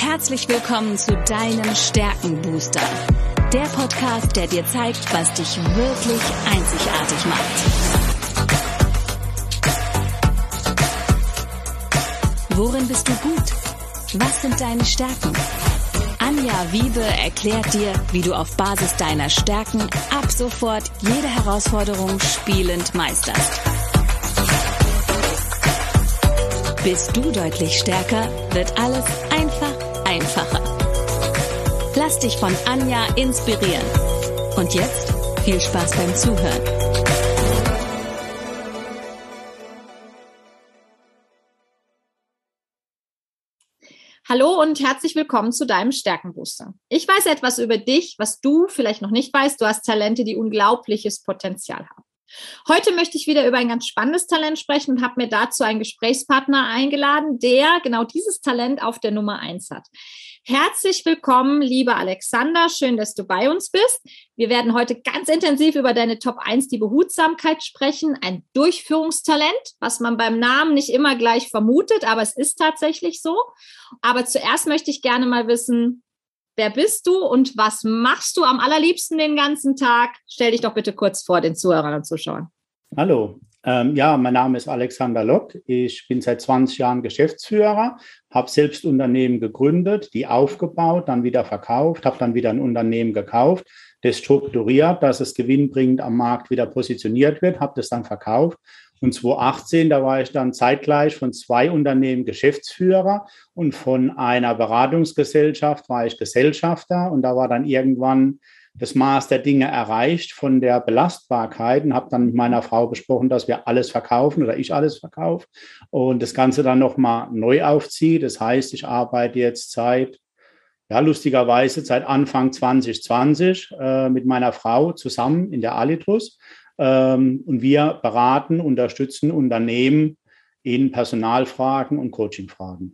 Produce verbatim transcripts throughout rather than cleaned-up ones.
Herzlich willkommen zu deinem Stärkenbooster. Der Podcast, der dir zeigt, was dich wirklich einzigartig macht. Worin bist du gut? Was sind deine Stärken? Anja Wiebe erklärt dir, wie du auf Basis deiner Stärken ab sofort jede Herausforderung spielend meisterst. Bist du deutlich stärker, wird alles einfach einfacher. Lass dich von Anja inspirieren. Und jetzt viel Spaß beim Zuhören. Hallo und herzlich willkommen zu deinem Stärkenbooster. Ich weiß etwas über dich, was du vielleicht noch nicht weißt. Du hast Talente, die unglaubliches Potenzial haben. Heute möchte ich wieder über ein ganz spannendes Talent sprechen und habe mir dazu einen Gesprächspartner eingeladen, der genau dieses Talent auf der Nummer eins hat. Herzlich willkommen, lieber Alexander. Schön, dass du bei uns bist. Wir werden heute ganz intensiv über deine Top eins, die Behutsamkeit, sprechen. Ein Durchführungstalent, was man beim Namen nicht immer gleich vermutet, aber es ist tatsächlich so. Aber zuerst möchte ich gerne mal wissen, wer bist du und was machst du am allerliebsten den ganzen Tag? Stell dich doch bitte kurz vor den Zuhörern und Zuschauern. Hallo, ähm, ja, mein Name ist Alexander Lock. Ich bin seit zwanzig Jahren Geschäftsführer, habe selbst Unternehmen gegründet, die aufgebaut, dann wieder verkauft, habe dann wieder ein Unternehmen gekauft, das strukturiert, dass es gewinnbringend am Markt wieder positioniert wird, habe das dann verkauft. Und zweitausendachtzehn, da war ich dann zeitgleich von zwei Unternehmen Geschäftsführer und von einer Beratungsgesellschaft war ich Gesellschafter. Und da war dann irgendwann das Maß der Dinge erreicht von der Belastbarkeit und habe dann mit meiner Frau besprochen, dass wir alles verkaufen oder ich alles verkaufe und das Ganze dann nochmal neu aufziehe. Das heißt, ich arbeite jetzt seit, ja lustigerweise seit Anfang zwanzig zwanzig äh, mit meiner Frau zusammen in der Alitrus. Und wir beraten, unterstützen Unternehmen in Personalfragen und Coachingfragen.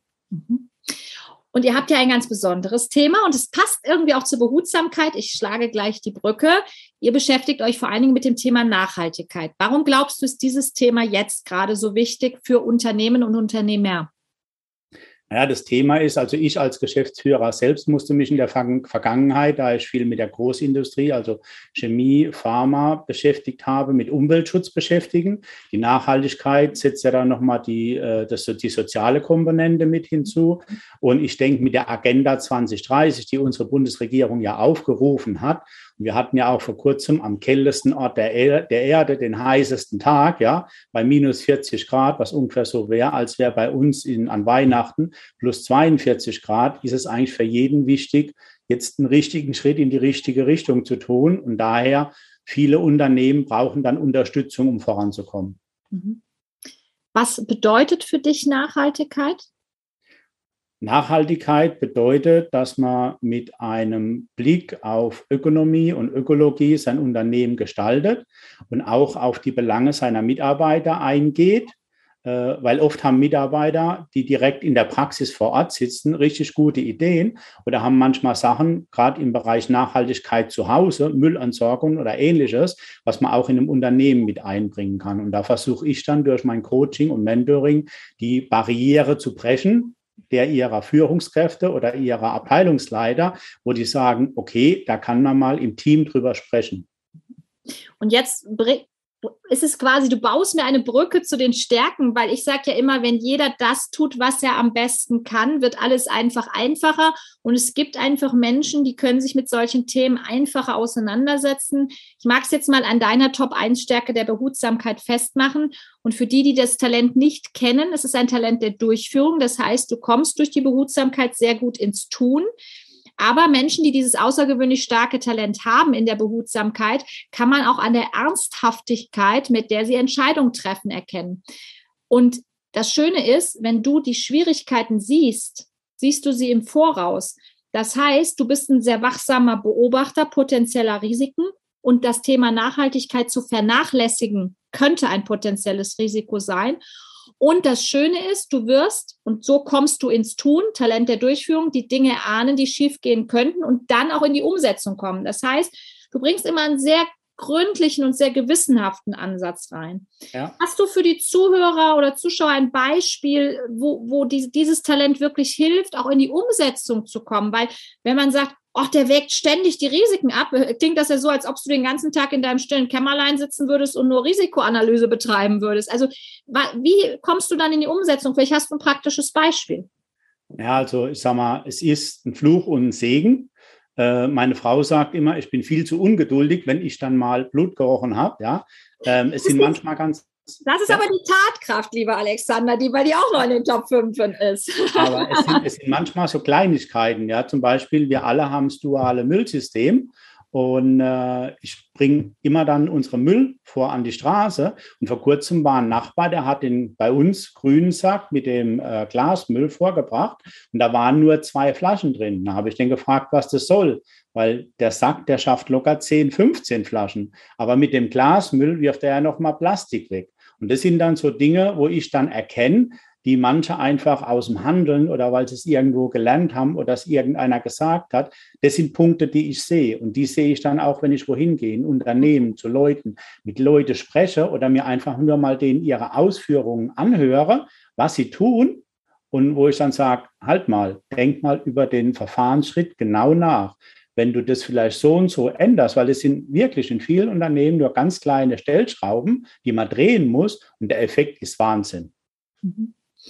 Und ihr habt ja ein ganz besonderes Thema und es passt irgendwie auch zur Behutsamkeit. Ich schlage gleich die Brücke. Ihr beschäftigt euch vor allen Dingen mit dem Thema Nachhaltigkeit. Warum glaubst du, ist dieses Thema jetzt gerade so wichtig für Unternehmen und Unternehmer? Ja, das Thema ist, also ich als Geschäftsführer selbst musste mich in der Vergangenheit, da ich viel mit der Großindustrie, also Chemie, Pharma beschäftigt habe, mit Umweltschutz beschäftigen. Die Nachhaltigkeit setzt ja dann nochmal die, das, die soziale Komponente mit hinzu. Und ich denke, mit der Agenda zwanzig dreißig, die unsere Bundesregierung ja aufgerufen hat, wir hatten ja auch vor kurzem am kältesten Ort der, er- der Erde den heißesten Tag, ja, bei minus vierzig Grad, was ungefähr so wäre, als wäre bei uns in, an Weihnachten plus zweiundvierzig Grad, ist es eigentlich für jeden wichtig, jetzt einen richtigen Schritt in die richtige Richtung zu tun. Und daher, viele Unternehmen brauchen dann Unterstützung, um voranzukommen. Was bedeutet für dich Nachhaltigkeit? Nachhaltigkeit bedeutet, dass man mit einem Blick auf Ökonomie und Ökologie sein Unternehmen gestaltet und auch auf die Belange seiner Mitarbeiter eingeht, weil oft haben Mitarbeiter, die direkt in der Praxis vor Ort sitzen, richtig gute Ideen oder haben manchmal Sachen, gerade im Bereich Nachhaltigkeit zu Hause, Müllentsorgung oder Ähnliches, was man auch in einem Unternehmen mit einbringen kann. Und da versuche ich dann durch mein Coaching und Mentoring die Barriere zu brechen, der ihrer Führungskräfte oder ihrer Abteilungsleiter, wo die sagen, okay, da kann man mal im Team drüber sprechen. Und jetzt ist es quasi, du baust mir eine Brücke zu den Stärken, weil ich sage ja immer, wenn jeder das tut, was er am besten kann, wird alles einfach einfacher. Und es gibt einfach Menschen, die können sich mit solchen Themen einfacher auseinandersetzen. Ich mag es jetzt mal an deiner Top eins Stärke der Behutsamkeit festmachen. Und für die, die das Talent nicht kennen, es ist ein Talent der Durchführung. Das heißt, du kommst durch die Behutsamkeit sehr gut ins Tun. Aber Menschen, die dieses außergewöhnlich starke Talent haben in der Behutsamkeit, kann man auch an der Ernsthaftigkeit, mit der sie Entscheidungen treffen, erkennen. Und das Schöne ist, wenn du die Schwierigkeiten siehst, siehst du sie im Voraus. Das heißt, du bist ein sehr wachsamer Beobachter potenzieller Risiken und das Thema Nachhaltigkeit zu vernachlässigen, könnte ein potenzielles Risiko sein. Und das Schöne ist, du wirst, und so kommst du ins Tun, Talent der Durchführung, die Dinge ahnen, die schief gehen könnten und dann auch in die Umsetzung kommen. Das heißt, du bringst immer ein sehr gründlichen und sehr gewissenhaften Ansatz rein. Ja. Hast du für die Zuhörer oder Zuschauer ein Beispiel, wo, wo die, dieses Talent wirklich hilft, auch in die Umsetzung zu kommen? Weil wenn man sagt, ach, der wägt ständig die Risiken ab, klingt das ja so, als ob du den ganzen Tag in deinem stillen Kämmerlein sitzen würdest und nur Risikoanalyse betreiben würdest. Also wie kommst du dann in die Umsetzung? Vielleicht hast du ein praktisches Beispiel. Ja, also ich sag mal, es ist ein Fluch und ein Segen. Äh, meine Frau sagt immer, ich bin viel zu ungeduldig, wenn ich dann mal Blut gerochen habe. Ja, ähm, es sind manchmal ganz. Das ist ja. aber die Tatkraft, lieber Alexander, die bei dir auch noch in den Top fünf ist. Aber es sind, es sind manchmal so Kleinigkeiten. Ja, zum Beispiel, wir alle haben das duale Müllsystem. Und äh, ich bringe immer dann unseren Müll vor an die Straße. Und vor kurzem war ein Nachbar, der hat den bei uns grünen Sack mit dem äh, Glasmüll vorgebracht. Und da waren nur zwei Flaschen drin. Da habe ich den gefragt, was das soll. Weil der Sack, der schafft locker zehn, fünfzehn Flaschen. Aber mit dem Glasmüll wirft er ja nochmal Plastik weg. Und das sind dann so Dinge, wo ich dann erkenne, die manche einfach aus dem Handeln oder weil sie es irgendwo gelernt haben oder es irgendeiner gesagt hat, das sind Punkte, die ich sehe. Und die sehe ich dann auch, wenn ich wohin gehe, in Unternehmen, zu Leuten, mit Leuten spreche oder mir einfach nur mal denen ihre Ausführungen anhöre, was sie tun und wo ich dann sage, halt mal, denk mal über den Verfahrensschritt genau nach. Wenn du das vielleicht so und so änderst, weil es sind wirklich in vielen Unternehmen nur ganz kleine Stellschrauben, die man drehen muss und der Effekt ist Wahnsinn. Mhm.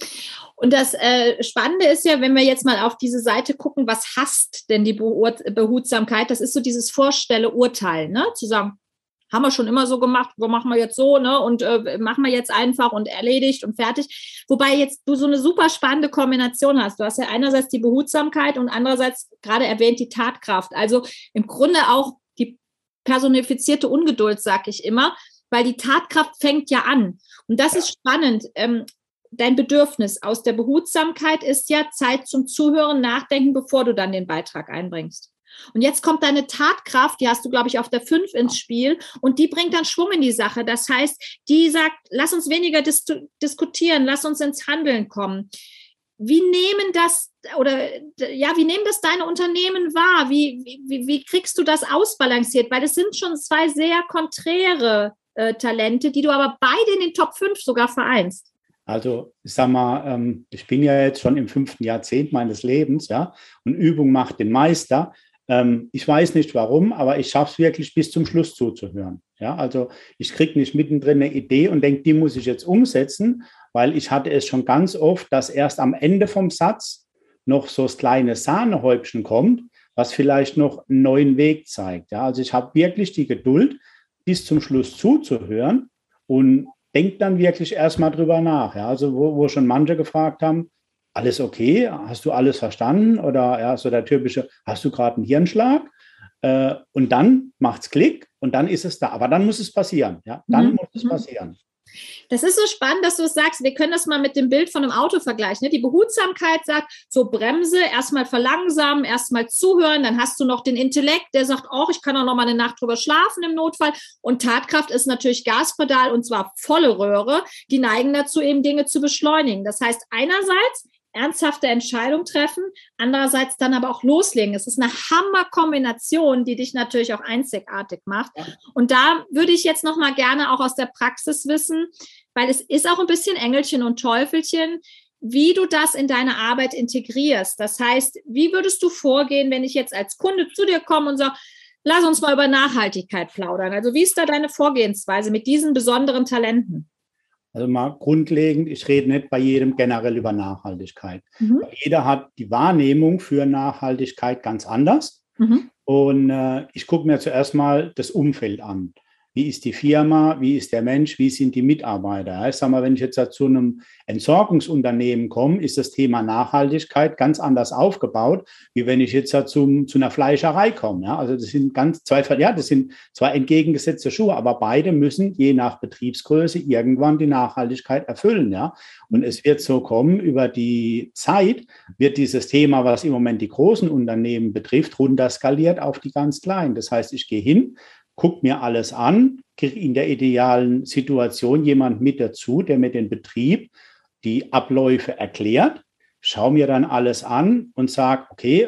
Und das äh, Spannende ist ja, wenn wir jetzt mal auf diese Seite gucken, was hasst denn die Behutsamkeit? Das ist so dieses Vorstelle-Urteil, ne? Zu sagen, haben wir schon immer so gemacht, wo machen wir jetzt so, ne? Und äh, machen wir jetzt einfach und erledigt und fertig. Wobei jetzt du so eine super spannende Kombination hast. Du hast ja einerseits die Behutsamkeit und andererseits gerade erwähnt die Tatkraft. Also im Grunde auch die personifizierte Ungeduld, sag ich immer, weil die Tatkraft fängt ja an. Und das ist spannend. Ähm, Dein Bedürfnis aus der Behutsamkeit ist ja Zeit zum Zuhören, Nachdenken, bevor du dann den Beitrag einbringst. Und jetzt kommt deine Tatkraft, die hast du, glaube ich, auf der fünf ins Spiel und die bringt dann Schwung in die Sache. Das heißt, die sagt, lass uns weniger dis- diskutieren, lass uns ins Handeln kommen. Wie nehmen das oder ja, wie nehmen das deine Unternehmen wahr? Wie, wie, wie kriegst du das ausbalanciert? Weil es sind schon zwei sehr konträre äh, Talente, die du aber beide in den Top fünf sogar vereinst. Also ich sag mal, ich bin ja jetzt schon im fünften Jahrzehnt meines Lebens, ja, und Übung macht den Meister. Ich weiß nicht warum, aber ich schaffe es wirklich bis zum Schluss zuzuhören. Ja, also ich kriege nicht mittendrin eine Idee und denke, die muss ich jetzt umsetzen, weil ich hatte es schon ganz oft, dass erst am Ende vom Satz noch so das kleine Sahnehäubchen kommt, was vielleicht noch einen neuen Weg zeigt. Ja, also ich habe wirklich die Geduld, bis zum Schluss zuzuhören und denkt dann wirklich erstmal drüber nach. Ja? Also wo, wo schon manche gefragt haben, alles okay, hast du alles verstanden? Oder ja, so der typische, hast du gerade einen Hirnschlag? Äh, und dann macht es Klick und dann ist es da. Aber dann muss es passieren. Ja? Dann mhm. muss es passieren. Das ist so spannend, dass du es sagst. Wir können das mal mit dem Bild von einem Auto vergleichen. Ne? Die Behutsamkeit sagt, so Bremse, erstmal verlangsamen, erstmal zuhören. Dann hast du noch den Intellekt, der sagt, oh, ich kann auch noch mal eine Nacht drüber schlafen im Notfall. Und Tatkraft ist natürlich Gaspedal und zwar volle Röhre. Die neigen dazu, eben Dinge zu beschleunigen. Das heißt, einerseits ernsthafte Entscheidung treffen, andererseits dann aber auch loslegen. Es ist eine Hammerkombination, die dich natürlich auch einzigartig macht. Und da würde ich jetzt noch mal gerne auch aus der Praxis wissen, weil es ist auch ein bisschen Engelchen und Teufelchen, wie du das in deine Arbeit integrierst. Das heißt, wie würdest du vorgehen, wenn ich jetzt als Kunde zu dir komme und sage, lass uns mal über Nachhaltigkeit plaudern. Also wie ist da deine Vorgehensweise mit diesen besonderen Talenten? Also mal grundlegend, ich rede nicht bei jedem generell über Nachhaltigkeit. Mhm. Jeder hat die Wahrnehmung für Nachhaltigkeit ganz anders. Mhm. Und äh, ich gucke mir zuerst mal das Umfeld an. Wie ist die Firma? Wie ist der Mensch? Wie sind die Mitarbeiter? Ich sage mal, wenn ich jetzt zu einem Entsorgungsunternehmen komme, ist das Thema Nachhaltigkeit ganz anders aufgebaut, wie wenn ich jetzt zum, zu einer Fleischerei komme. Ja, also das sind ganz zwei, ja, das sind zwei entgegengesetzte Schuhe, aber beide müssen je nach Betriebsgröße irgendwann die Nachhaltigkeit erfüllen. Ja, und es wird so kommen, über die Zeit wird dieses Thema, was im Moment die großen Unternehmen betrifft, runterskaliert auf die ganz kleinen. Das heißt, ich gehe hin, guck mir alles an, kriege in der idealen Situation jemand mit dazu, der mir den Betrieb, die Abläufe erklärt, schaue mir dann alles an und sage, okay,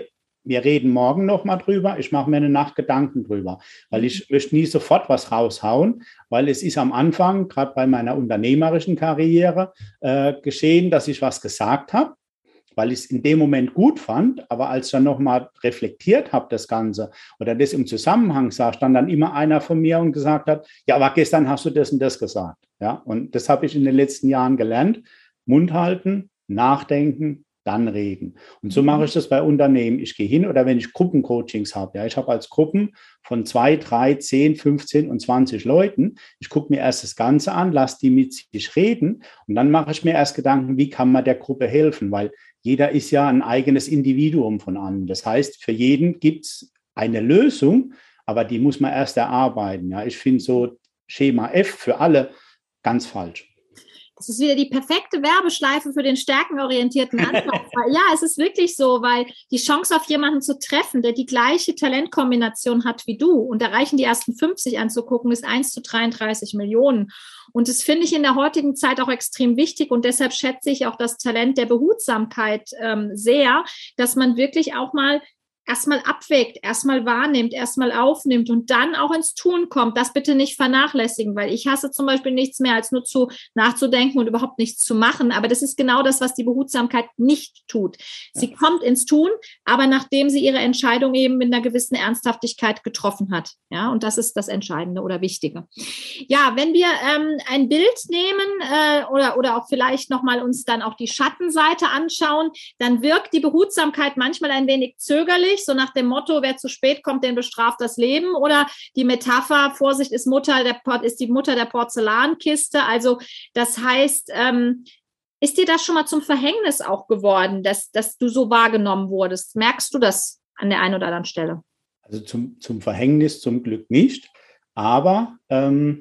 wir reden morgen noch mal drüber, ich mache mir eine Nacht Gedanken drüber, weil ich möchte nie sofort was raushauen, weil es ist am Anfang, gerade bei meiner unternehmerischen Karriere, äh, geschehen, dass ich was gesagt habe, weil ich es in dem Moment gut fand, aber als ich dann nochmal reflektiert habe, das Ganze, oder das im Zusammenhang sah, stand dann immer einer von mir und gesagt hat, ja, aber gestern hast du das und das gesagt. Ja, und das habe ich in den letzten Jahren gelernt. Mund halten, nachdenken, dann reden. Und so mache ich das bei Unternehmen. Ich gehe hin oder wenn ich Gruppencoachings habe. Ja, ich habe als Gruppen von zwei, drei, zehn, fünfzehn und zwanzig Leuten. Ich gucke mir erst das Ganze an, lasse die mit sich reden und dann mache ich mir erst Gedanken, wie kann man der Gruppe helfen, weil jeder ist ja ein eigenes Individuum von anderen. Das heißt, für jeden gibt es eine Lösung, aber die muss man erst erarbeiten. Ja, ich finde so Schema F für alle ganz falsch. Das ist wieder die perfekte Werbeschleife für den stärkenorientierten Ansatz. Ja, es ist wirklich so, weil die Chance auf jemanden zu treffen, der die gleiche Talentkombination hat wie du, und da reichen die ersten fünfzig anzugucken, ist eins zu dreiunddreißig Millionen. Und das finde ich in der heutigen Zeit auch extrem wichtig und deshalb schätze ich auch das Talent der Behutsamkeit ähm, sehr, dass man wirklich auch mal erstmal abwägt, erstmal wahrnimmt, erstmal aufnimmt und dann auch ins Tun kommt. Das bitte nicht vernachlässigen, weil ich hasse zum Beispiel nichts mehr, als nur zu nachzudenken und überhaupt nichts zu machen. Aber das ist genau das, was die Behutsamkeit nicht tut. Sie ja. kommt ins Tun, aber nachdem sie ihre Entscheidung eben mit einer gewissen Ernsthaftigkeit getroffen hat. Ja, und das ist das Entscheidende oder Wichtige. Ja, wenn wir ähm, ein Bild nehmen äh, oder, oder auch vielleicht nochmal uns dann auch die Schattenseite anschauen, dann wirkt die Behutsamkeit manchmal ein wenig zögerlich, so nach dem Motto, wer zu spät kommt, den bestraft das Leben, oder die Metapher, Vorsicht ist Mutter, der Port, ist die Mutter der Porzellankiste. Also das heißt, ähm, ist dir das schon mal zum Verhängnis auch geworden, dass, dass du so wahrgenommen wurdest? Merkst du das an der einen oder anderen Stelle? Also zum, zum Verhängnis zum Glück nicht, aber ähm,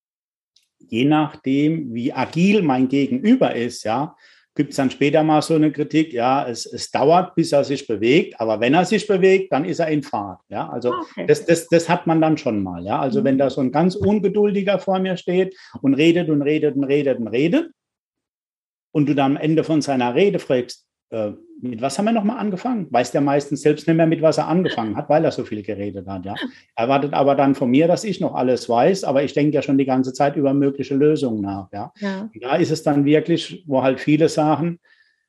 je nachdem, wie agil mein Gegenüber ist, ja, gibt es dann später mal so eine Kritik, ja, es, es dauert, bis er sich bewegt, aber wenn er sich bewegt, dann ist er in Fahrt. Ja, also okay. das, das, das hat man dann schon mal. Ja, also mhm. wenn da so ein ganz Ungeduldiger vor mir steht und redet und redet und redet und redet und du dann am Ende von seiner Rede fragst, äh, mit was haben wir nochmal angefangen? Weiß der meistens selbst nicht mehr, mit was er angefangen hat, weil er so viel geredet hat. Ja. Er erwartet aber dann von mir, dass ich noch alles weiß, aber ich denke ja schon die ganze Zeit über mögliche Lösungen nach. Ja. Ja. Da ist es dann wirklich, wo halt viele sagen,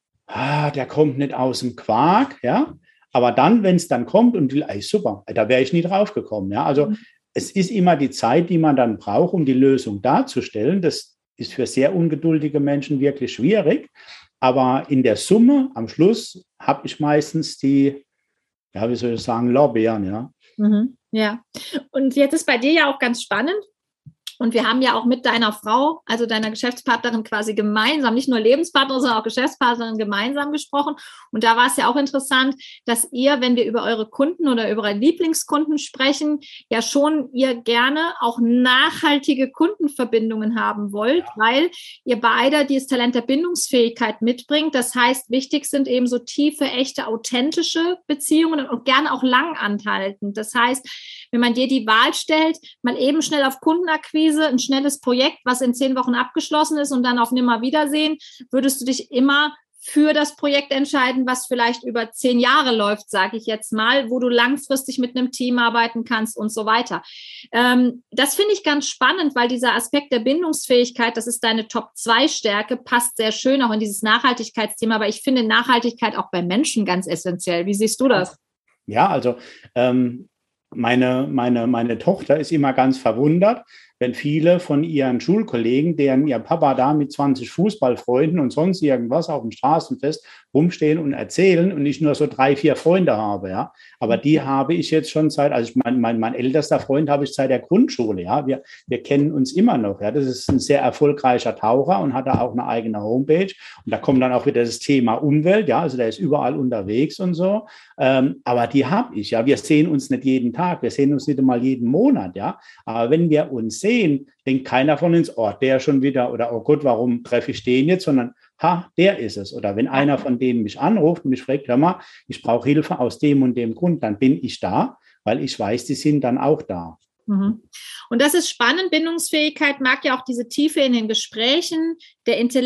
ah, der kommt nicht aus dem Quark, ja. Aber dann, wenn es dann kommt und will, ey, super, da wäre ich nie drauf gekommen. Ja. Also mhm. es ist immer die Zeit, die man dann braucht, um die Lösung darzustellen. Das ist für sehr ungeduldige Menschen wirklich schwierig. Aber in der Summe, am Schluss, habe ich meistens die, ja, wie soll ich sagen, Lorbeeren, ja. Mhm, ja, und jetzt ist bei dir ja auch ganz spannend. Und wir haben ja auch mit deiner Frau, also deiner Geschäftspartnerin quasi gemeinsam, nicht nur Lebenspartnerin, sondern auch Geschäftspartnerin gemeinsam gesprochen. Und da war es ja auch interessant, dass ihr, wenn wir über eure Kunden oder über eure Lieblingskunden sprechen, ja schon ihr gerne auch nachhaltige Kundenverbindungen haben wollt, ja. weil ihr beide dieses Talent der Bindungsfähigkeit mitbringt. Das heißt, wichtig sind eben so tiefe, echte, authentische Beziehungen und gerne auch lang anhaltend. Das heißt, wenn man dir die Wahl stellt, mal eben schnell auf Kundenakquise, ein schnelles Projekt, was in zehn Wochen abgeschlossen ist und dann auf Nimmerwiedersehen, würdest du dich immer für das Projekt entscheiden, was vielleicht über zehn Jahre läuft, sage ich jetzt mal, wo du langfristig mit einem Team arbeiten kannst und so weiter. Ähm, das finde ich ganz spannend, weil dieser Aspekt der Bindungsfähigkeit, das ist deine Top zwei Stärke, passt sehr schön auch in dieses Nachhaltigkeitsthema, aber ich finde Nachhaltigkeit auch bei Menschen ganz essentiell. Wie siehst du das? Ja, also ähm Meine, meine, meine Tochter ist immer ganz verwundert, wenn viele von ihren Schulkollegen, deren ihr Papa da mit zwanzig Fußballfreunden und sonst irgendwas auf dem Straßenfest rumstehen und erzählen und ich nur so drei, vier Freunde habe, ja. Aber die habe ich jetzt schon seit, also mein, mein, mein ältester Freund habe ich seit der Grundschule, ja. Wir, wir kennen uns immer noch, ja. Das ist ein sehr erfolgreicher Taucher und hat da auch eine eigene Homepage. Und da kommt dann auch wieder das Thema Umwelt, ja. Also der ist überall unterwegs und so. Ähm, aber die habe ich, ja. Wir sehen uns nicht jeden Tag, wir sehen uns nicht einmal jeden Monat, ja. Aber wenn wir uns sehen, denkt keiner von uns, oh, der schon wieder oder oh Gott, warum treffe ich den jetzt, sondern ha, der ist es. Oder wenn einer von denen mich anruft und mich fragt, hör mal, ich brauche Hilfe aus dem und dem Grund, dann bin ich da, weil ich weiß, die sind dann auch da. Mhm. Und das ist spannend. Bindungsfähigkeit mag ja auch diese Tiefe in den Gesprächen. Der Intellekt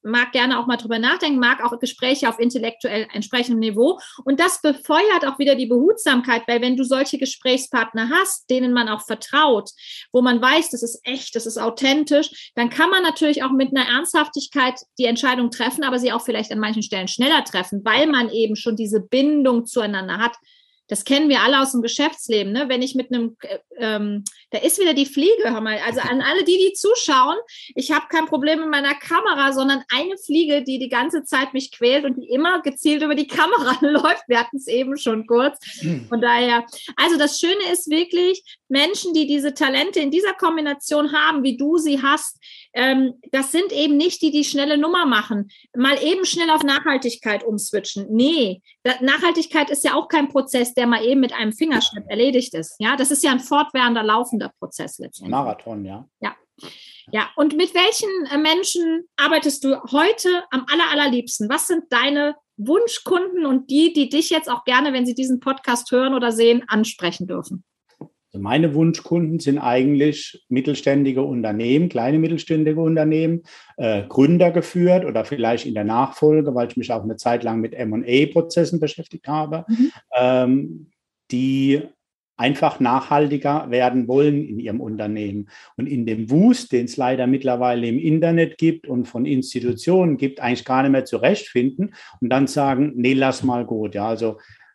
mag gerne auch mal drüber nachdenken, mag auch Gespräche auf intellektuell entsprechendem Niveau. Und das befeuert auch wieder die Behutsamkeit, weil wenn du solche Gesprächspartner hast, denen man auch vertraut, wo man weiß, das ist echt, das ist authentisch, dann kann man natürlich auch mit einer Ernsthaftigkeit die Entscheidung treffen, aber sie auch vielleicht an manchen Stellen schneller treffen, weil man eben schon diese Bindung zueinander hat. Das kennen wir alle aus dem Geschäftsleben, ne? Wenn ich mit einem, ähm, da ist wieder die Fliege, hör mal. Also an alle, die, die zuschauen, ich habe kein Problem mit meiner Kamera, sondern eine Fliege, die die ganze Zeit mich quält und die immer gezielt über die Kamera läuft. Wir hatten es eben schon kurz. Von daher, also das Schöne ist wirklich, Menschen, die diese Talente in dieser Kombination haben, wie du sie hast, ähm, das sind eben nicht die, die schnelle Nummer machen. Mal eben schnell auf Nachhaltigkeit umswitchen. Nee, Nachhaltigkeit ist ja auch kein Prozess, der mal eben mit einem Fingerschnipp erledigt ist. Ja, das ist ja ein fortwährender, laufender Prozess letztendlich. Marathon, ja. Ja. Ja, und mit welchen Menschen arbeitest du heute am aller, allerliebsten? Was sind deine Wunschkunden und die, die dich jetzt auch gerne, wenn sie diesen Podcast hören oder sehen, ansprechen dürfen? Also meine Wunschkunden sind eigentlich mittelständige Unternehmen, kleine mittelständige Unternehmen, äh, Gründer geführt oder vielleicht in der Nachfolge, weil ich mich auch eine Zeit lang mit M und A-Prozessen beschäftigt habe, mhm. ähm, die einfach nachhaltiger werden wollen in ihrem Unternehmen. Und in dem Wust, den es leider mittlerweile im Internet gibt und von Institutionen gibt, eigentlich gar nicht mehr zurechtfinden und dann sagen, nee, lass mal gut. Ja, also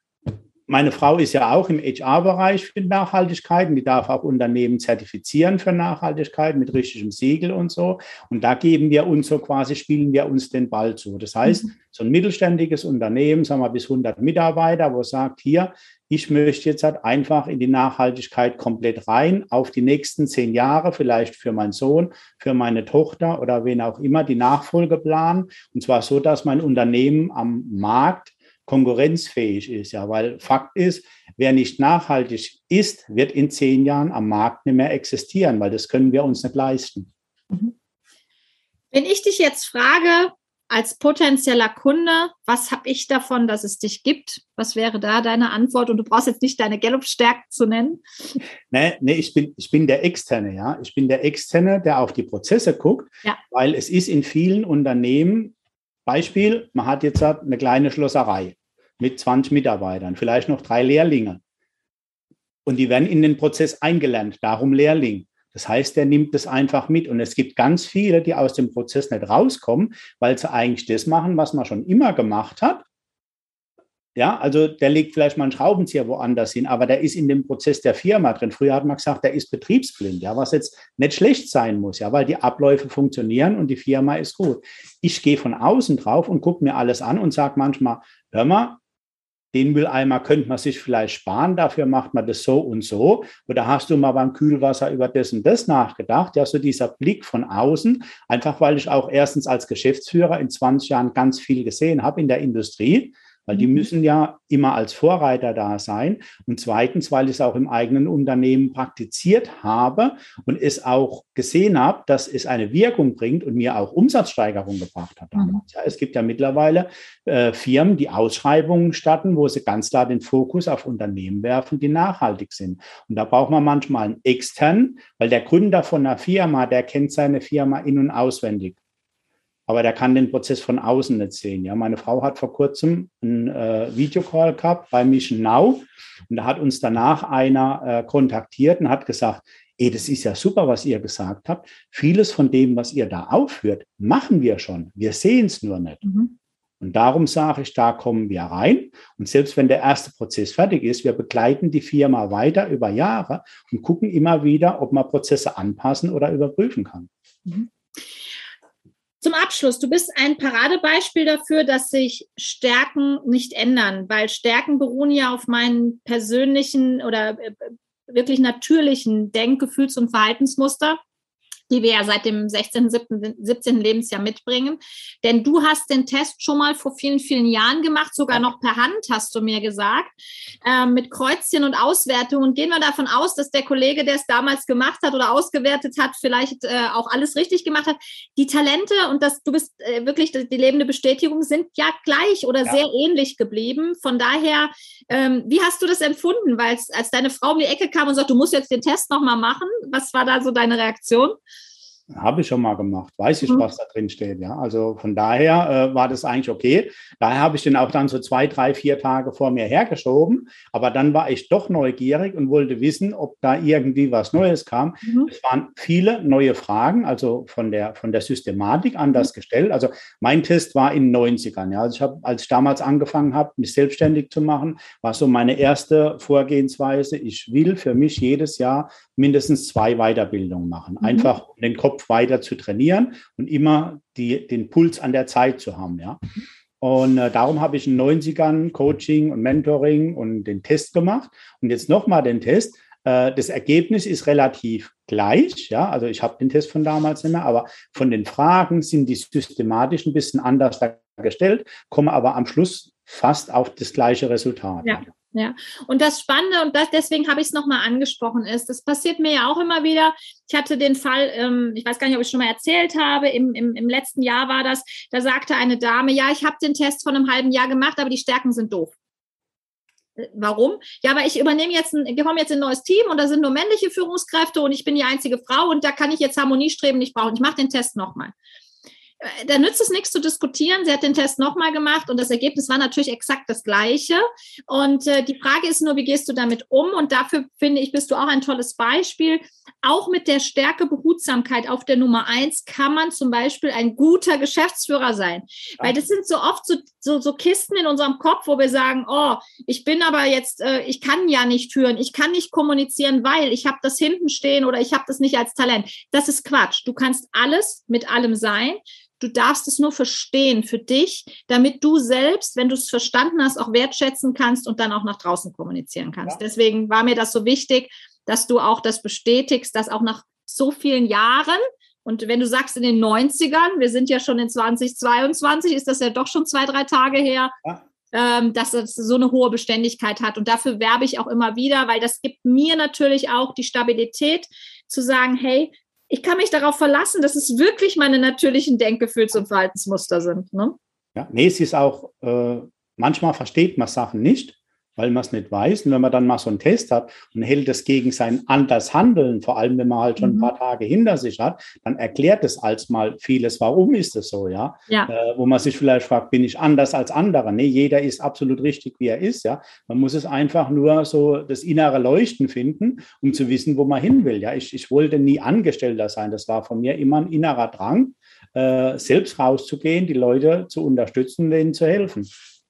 meine Frau ist ja auch im H R-Bereich für Nachhaltigkeit und die darf auch Unternehmen zertifizieren für Nachhaltigkeit mit richtigem Siegel und so. Und da geben wir uns so quasi, spielen wir uns den Ball zu. Das heißt, so ein mittelständiges Unternehmen, sagen wir bis hundert Mitarbeiter, wo sagt, hier, ich möchte jetzt halt einfach in die Nachhaltigkeit komplett rein, auf die nächsten zehn Jahre, vielleicht für meinen Sohn, für meine Tochter oder wen auch immer, die Nachfolge planen. Und zwar so, dass mein Unternehmen am Markt konkurrenzfähig ist, ja, weil Fakt ist, wer nicht nachhaltig ist, wird in zehn Jahren am Markt nicht mehr existieren, weil das können wir uns nicht leisten. Wenn ich dich jetzt frage, als potenzieller Kunde, was habe ich davon, dass es dich gibt? Was wäre da deine Antwort? Und du brauchst jetzt nicht deine Gallup-Stärken zu nennen. Nee, nee, ich bin, ich bin der Externe, ja. Ich bin der Externe, der auf die Prozesse guckt, ja. Weil es ist in vielen Unternehmen, Beispiel, man hat jetzt eine kleine Schlosserei mit zwanzig Mitarbeitern, vielleicht noch drei Lehrlinge. Und die werden in den Prozess eingelernt, darum Lehrling. Das heißt, der nimmt das einfach mit. Und es gibt ganz viele, die aus dem Prozess nicht rauskommen, weil sie eigentlich das machen, was man schon immer gemacht hat. Ja, also der legt vielleicht mal einen Schraubenzieher woanders hin, aber der ist in dem Prozess der Firma drin. Früher hat man gesagt, der ist betriebsblind, ja, was jetzt nicht schlecht sein muss, ja, weil die Abläufe funktionieren und die Firma ist gut. Ich gehe von außen drauf und gucke mir alles an und sage manchmal, hör mal, den Mülleimer könnte man sich vielleicht sparen, dafür macht man das so und so. Oder hast du mal beim Kühlwasser über das und das nachgedacht? Ja, so dieser Blick von außen, einfach weil ich auch erstens als Geschäftsführer in zwanzig Jahren ganz viel gesehen habe in der Industrie, weil die müssen ja immer als Vorreiter da sein. Und zweitens, weil ich es auch im eigenen Unternehmen praktiziert habe und es auch gesehen habe, dass es eine Wirkung bringt und mir auch Umsatzsteigerung gebracht hat. Mhm. Ja, es gibt ja mittlerweile äh, Firmen, die Ausschreibungen statten, wo sie ganz klar den Fokus auf Unternehmen werfen, die nachhaltig sind. Und da braucht man manchmal einen externen, weil der Gründer von einer Firma, der kennt seine Firma in- und auswendig. Aber der kann den Prozess von außen nicht sehen. Ja, meine Frau hat vor kurzem einen äh, Videocall gehabt bei Mission Now und da hat uns danach einer äh, kontaktiert und hat gesagt, ey, das ist ja super, was ihr gesagt habt. Vieles von dem, was ihr da aufführt, machen wir schon. Wir sehen es nur nicht. Mhm. Und darum sage ich, da kommen wir rein. Und selbst wenn der erste Prozess fertig ist, wir begleiten die Firma weiter über Jahre und gucken immer wieder, ob man Prozesse anpassen oder überprüfen kann. Mhm. Zum Abschluss, du bist ein Paradebeispiel dafür, dass sich Stärken nicht ändern, weil Stärken beruhen ja auf meinen persönlichen oder wirklich natürlichen Denk-, Gefühls- und Verhaltensmuster, die wir ja seit dem sechzehnten, siebzehnten Lebensjahr mitbringen. Denn du hast den Test schon mal vor vielen, vielen Jahren gemacht, sogar noch per Hand, hast du mir gesagt, äh, mit Kreuzchen und Auswertungen. Gehen wir davon aus, dass der Kollege, der es damals gemacht hat oder ausgewertet hat, vielleicht äh, auch alles richtig gemacht hat. Die Talente und das, du bist äh, wirklich die, die lebende Bestätigung, sind ja gleich oder ja. sehr ähnlich geblieben. Von daher, ähm, wie hast du das empfunden? Weil als deine Frau um die Ecke kam und sagte, du musst jetzt den Test nochmal machen, was war da so deine Reaktion? Habe ich schon mal gemacht, weiß ich, Mhm. was da drin steht. Ja, also von daher äh, war das eigentlich okay. Daher habe ich den auch dann so zwei, drei, vier Tage vor mir hergeschoben. Aber dann war ich doch neugierig und wollte wissen, ob da irgendwie was Neues kam. Mhm. Es waren viele neue Fragen, also von der, von der Systematik anders gestellt. Also mein Test war in den neunzigern. Ja, also ich habe, als ich damals angefangen habe, mich selbstständig zu machen, war so meine erste Vorgehensweise. Ich will für mich jedes Jahr mindestens zwei Weiterbildungen machen. Mhm. Einfach um den Kopf weiter zu trainieren und immer die, den Puls an der Zeit zu haben. Ja. Und äh, darum habe ich in den neunzigern Coaching und Mentoring und den Test gemacht. Und jetzt nochmal den Test. Äh, das Ergebnis ist relativ gleich. Ja. Also ich habe den Test von damals nicht mehr, aber von den Fragen sind die systematisch ein bisschen anders dargestellt, kommen aber am Schluss fast auf das gleiche Resultat. Ja. Ja, und das Spannende, und das, deswegen habe ich es nochmal angesprochen, ist, das passiert mir ja auch immer wieder. Ich hatte den Fall, ähm, ich weiß gar nicht, ob ich schon mal erzählt habe, im, im, im letzten Jahr war das, da sagte eine Dame, ja, ich habe den Test vor einem halben Jahr gemacht, aber die Stärken sind doof. Warum? Ja, weil ich übernehme jetzt, ein, ich komme jetzt in ein neues Team und da sind nur männliche Führungskräfte und ich bin die einzige Frau und da kann ich jetzt Harmoniestreben nicht brauchen. Ich mache den Test nochmal. Da nützt es nichts zu diskutieren. Sie hat den Test nochmal gemacht und das Ergebnis war natürlich exakt das Gleiche. Und äh, die Frage ist nur, wie gehst du damit um? Und dafür, finde ich, bist du auch ein tolles Beispiel. Auch mit der Stärke Behutsamkeit auf der Nummer eins kann man zum Beispiel ein guter Geschäftsführer sein. Ja. Weil das sind so oft so, so, so Kisten in unserem Kopf, wo wir sagen, oh, ich bin aber jetzt, äh, ich kann ja nicht führen, ich kann nicht kommunizieren, weil ich habe das hinten stehen oder ich habe das nicht als Talent. Das ist Quatsch. Du kannst alles mit allem sein. Du darfst es nur verstehen für dich, damit du selbst, wenn du es verstanden hast, auch wertschätzen kannst und dann auch nach draußen kommunizieren kannst. Ja. Deswegen war mir das so wichtig, dass du auch das bestätigst, dass auch nach so vielen Jahren, und wenn du sagst in den neunzigern, wir sind ja schon in zwanzig zweiundzwanzig, ist das ja doch schon zwei, drei Tage her, ja. ähm, dass es so eine hohe Beständigkeit hat. Und dafür werbe ich auch immer wieder, weil das gibt mir natürlich auch die Stabilität zu sagen, hey, ich kann mich darauf verlassen, dass es wirklich meine natürlichen Denk-, Gefühls- und Verhaltensmuster sind. Ne? Ja, nee, es ist auch, äh, manchmal versteht man Sachen nicht, weil man es nicht weiß. Und wenn man dann mal so einen Test hat und hält es gegen sein anders Handeln, vor allem wenn man halt schon ein paar Tage hinter sich hat, dann erklärt es als mal vieles. Warum ist das so, ja? ja. Äh, wo man sich vielleicht fragt, bin ich anders als andere? Nee, jeder ist absolut richtig, wie er ist, ja. Man muss es einfach nur so das innere Leuchten finden, um zu wissen, wo man hin will, ja. Ich, ich wollte nie Angestellter sein. Das war von mir immer ein innerer Drang, äh, selbst rauszugehen, die Leute zu unterstützen, denen zu helfen.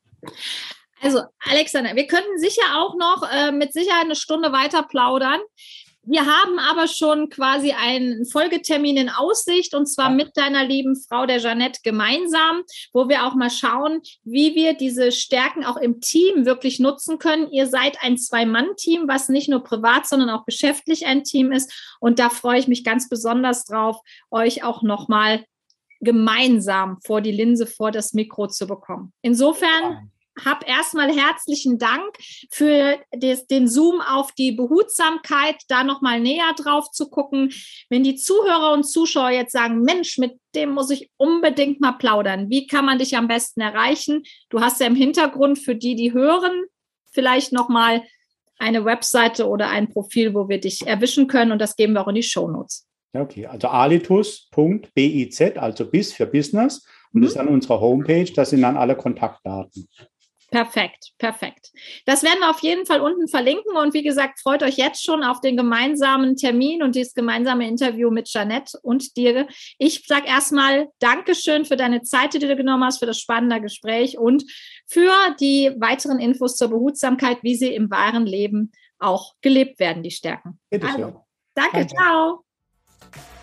Also, Alexander, wir könnten sicher auch noch äh, mit Sicherheit eine Stunde weiter plaudern. Wir haben aber schon quasi einen Folgetermin in Aussicht und zwar mit deiner lieben Frau, der Jeanette, gemeinsam, wo wir auch mal schauen, wie wir diese Stärken auch im Team wirklich nutzen können. Ihr seid ein Zwei-Mann-Team, was nicht nur privat, sondern auch geschäftlich ein Team ist. Und da freue ich mich ganz besonders drauf, euch auch nochmal gemeinsam vor die Linse, vor das Mikro zu bekommen. Insofern hab erstmal herzlichen Dank für des, den Zoom auf die Behutsamkeit, da nochmal näher drauf zu gucken. Wenn die Zuhörer und Zuschauer jetzt sagen, Mensch, mit dem muss ich unbedingt mal plaudern. Wie kann man dich am besten erreichen? Du hast ja im Hintergrund für die, die hören, vielleicht nochmal eine Webseite oder ein Profil, wo wir dich erwischen können und das geben wir auch in die Shownotes. Okay, also alitus punkt biz, also bis für Business und mhm. das ist an unserer Homepage, das sind dann alle Kontaktdaten. Perfekt, perfekt. Das werden wir auf jeden Fall unten verlinken und wie gesagt, freut euch jetzt schon auf den gemeinsamen Termin und dieses gemeinsame Interview mit Jeanette und dir. Ich sage erstmal Dankeschön für deine Zeit, die du dir genommen hast, für das spannende Gespräch und für die weiteren Infos zur Behutsamkeit, wie sie im wahren Leben auch gelebt werden, die Stärken. Bitte schön. Also, danke, danke, ciao.